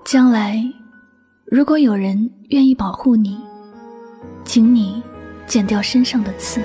将来如果有人愿意保护你，请你剪掉身上的刺。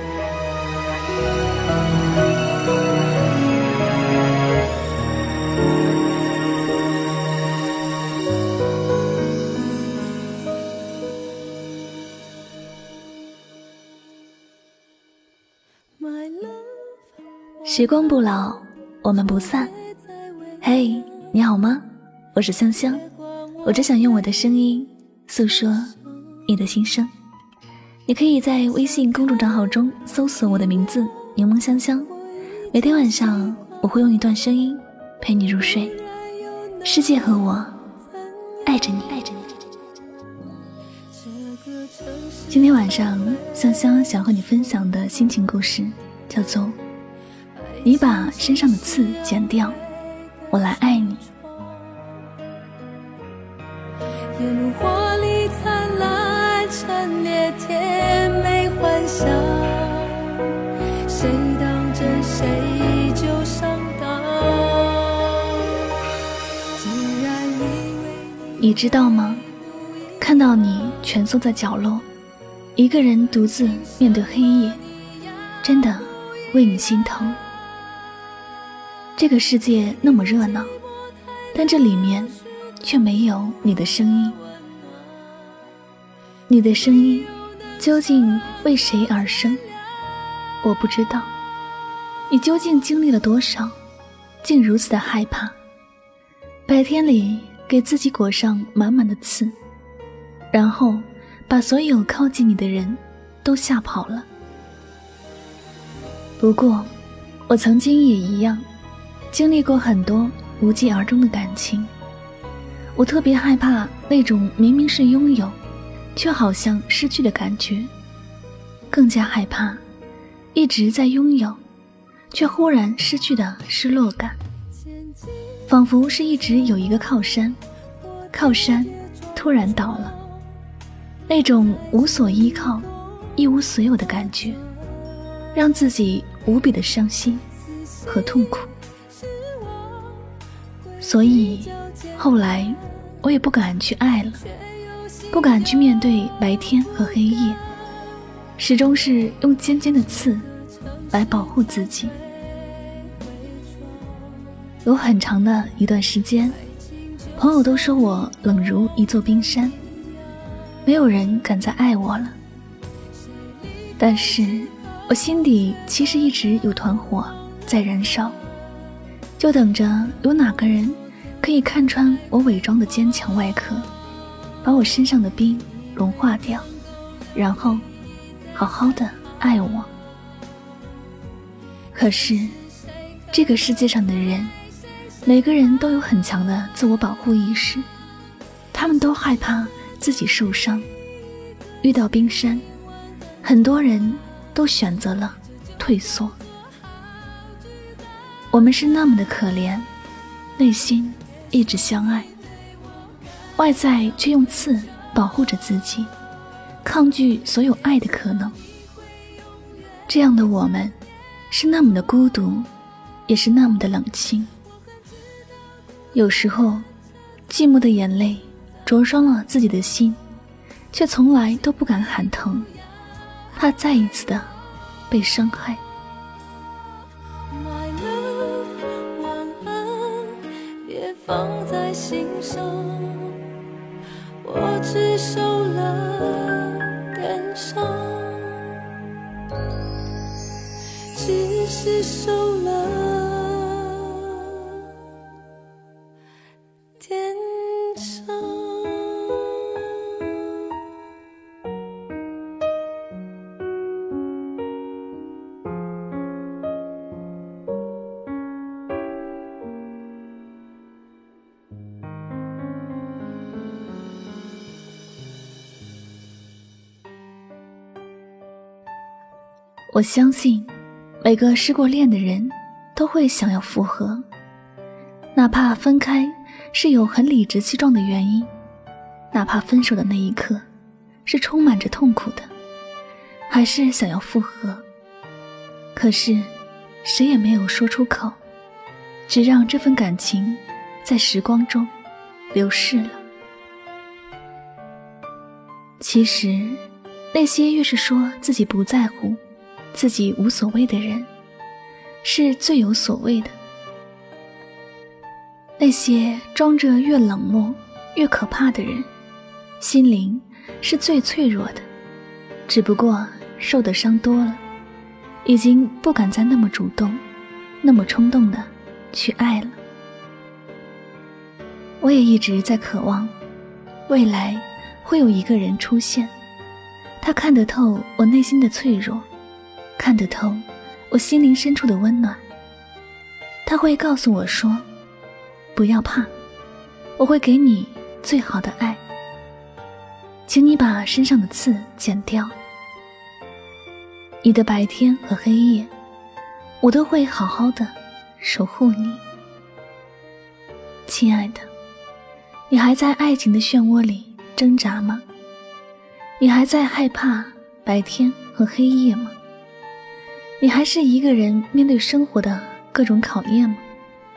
时光不老，我们不散。嘿，你好吗？我是香香，我只想用我的声音诉说你的心声。你可以在微信公众账号中搜索我的名字柠檬香香，每天晚上我会用一段声音陪你入睡。世界和我爱着你。今天晚上香香想和你分享的心情故事叫做你把身上的刺剪掉，我来爱你。 沿路华丽灿烂陈列甜美幻想，谁当真谁就上当，既然以为你知道吗？看到你蜷缩在角落，一个人独自面对黑夜，真的为你心疼。这个世界那么热闹，但这里面却没有你的声音。你的声音究竟为谁而生？我不知道。你究竟经历了多少，竟如此的害怕？白天里给自己裹上满满的刺，然后把所有靠近你的人都吓跑了。不过我曾经也一样，经历过很多无疾而终的感情。我特别害怕那种明明是拥有却好像失去的感觉，更加害怕一直在拥有却忽然失去的失落感，仿佛是一直有一个靠山突然倒了，那种无所依靠一无所有的感觉，让自己无比的伤心和痛苦。所以后来我也不敢去爱了，不敢去面对白天和黑夜，始终是用尖尖的刺来保护自己。有很长的一段时间，朋友都说我冷如一座冰山，没有人敢再爱我了。但是我心底其实一直有团火在燃烧，就等着有哪个人可以看穿我伪装的坚强外壳，把我身上的冰融化掉，然后好好的爱我。可是这个世界上的人，每个人都有很强的自我保护意识，他们都害怕自己受伤，遇到冰山，很多人都选择了退缩。我们是那么的可怜，内心一直相爱，外在却用刺保护着自己，抗拒所有爱的可能。这样的我们是那么的孤独，也是那么的冷清。有时候寂寞的眼泪灼伤了自己的心，却从来都不敢喊疼，怕再一次的被伤害。 放在心上，我只受了点伤，只是受了点伤。 我相信每个失过恋的人都会想要复合，哪怕分开是有很理直气壮的原因，哪怕分手的那一刻是充满着痛苦的，还是想要复合。可是谁也没有说出口，只让这份感情在时光中流逝了。 其实那些越是说自己不在乎，自己无所谓的人，是最有所谓的。那些装着越冷漠越可怕的人，心灵是最脆弱的，只不过受的伤多了，已经不敢再那么主动，那么冲动的去爱了。我也一直在渴望，未来会有一个人出现，他看得透我内心的脆弱，看得透我心灵深处的温暖。他会告诉我说，不要怕，我会给你最好的爱，请你把身上的刺剪掉。你的白天和黑夜，我都会好好的守护你。亲爱的，你还在爱情的漩涡里挣扎吗？你还在害怕白天和黑夜吗？你还是一个人面对生活的各种考验吗？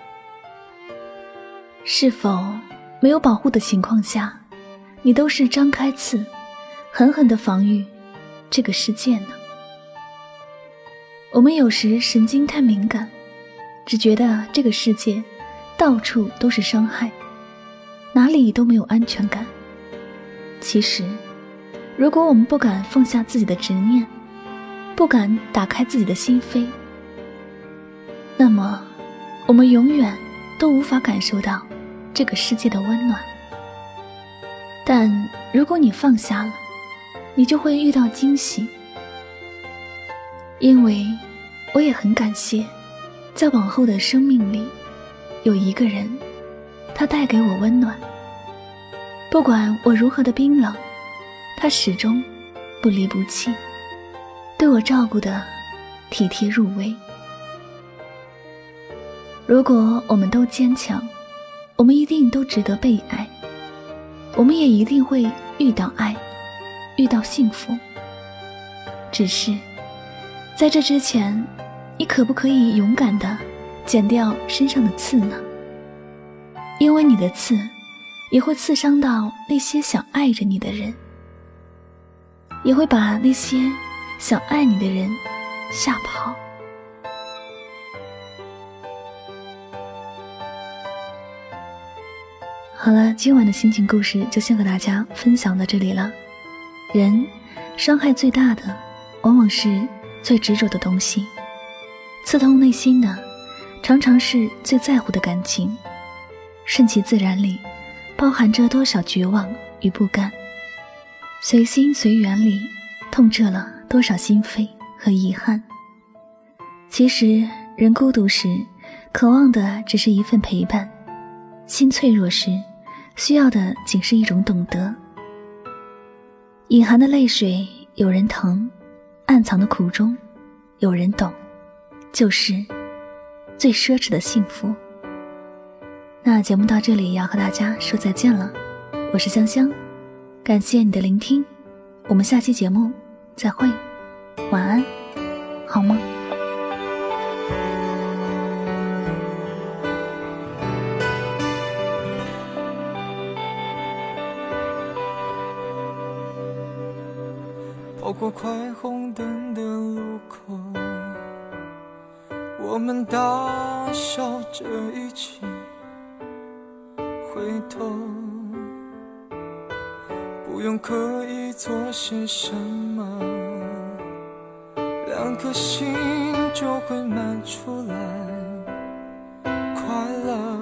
是否没有保护的情况下，你都是张开刺，狠狠地防御这个世界呢？我们有时神经太敏感，只觉得这个世界到处都是伤害，哪里都没有安全感。其实如果我们不敢放下自己的执念，不敢打开自己的心扉，那么我们永远都无法感受到这个世界的温暖。但如果你放下了，你就会遇到惊喜。因为我也很感谢，在往后的生命里，有一个人，他带给我温暖。不管我如何的冰冷，他始终不离不弃，对我照顾得体贴入微。如果我们都坚强，我们一定都值得被爱，我们也一定会遇到爱，遇到幸福。只是在这之前，你可不可以勇敢地剪掉身上的刺呢？因为你的刺也会刺伤到那些想爱着你的人，也会把那些想爱你的人吓跑。好了，今晚的心情故事就先和大家分享到这里了。人伤害最大的往往是最执着的东西，刺痛内心的常常是最在乎的感情，顺其自然里包含着多少绝望与不甘，随心随缘里痛彻了多少心扉和遗憾。其实人孤独时渴望的只是一份陪伴，心脆弱时需要的仅是一种懂得。隐含的泪水有人疼，暗藏的苦衷有人懂，就是最奢侈的幸福。那节目到这里要和大家说再见了，我是香香，感谢你的聆听，我们下期节目再会，晚安，好梦。 跑过快红灯的路口，我们大笑着一起回头，不用刻意做些什么，两颗心就会满出来快乐。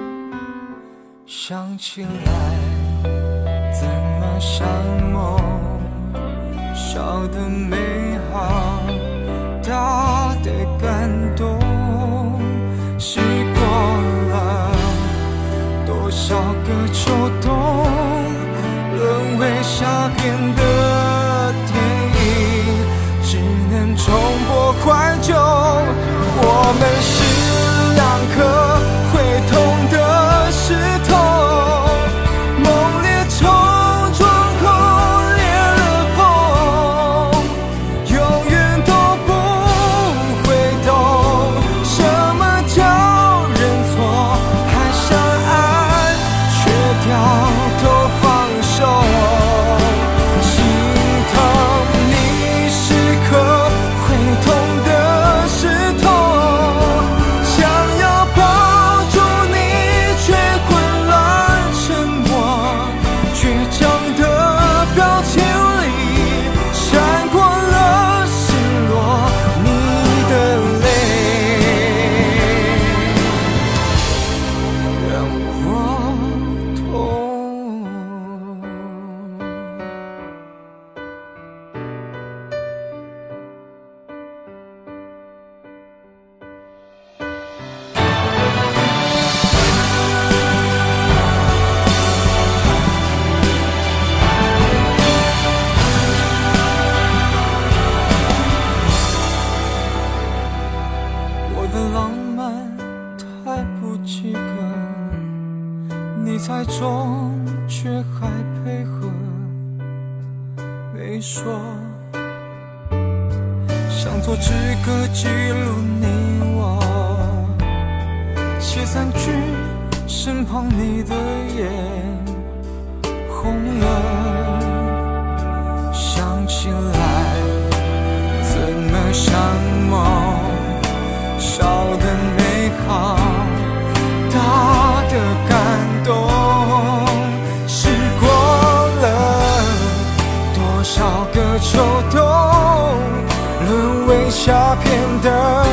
想起来怎么像梦，少的美好，大的感动，试过了多少个秋冬，沦为下片的电影，只能重播怀旧。我们是两颗会痛的石头，猛烈冲撞后裂了缝，永远都不会懂什么叫认错，还相爱却掉头放手。 猜中却还配合没说，想做支歌记录你我，写3句，身旁你的眼红了，想起来怎么像梦，少的美好，大的感动，是过了多少个秋冬，沦为下片的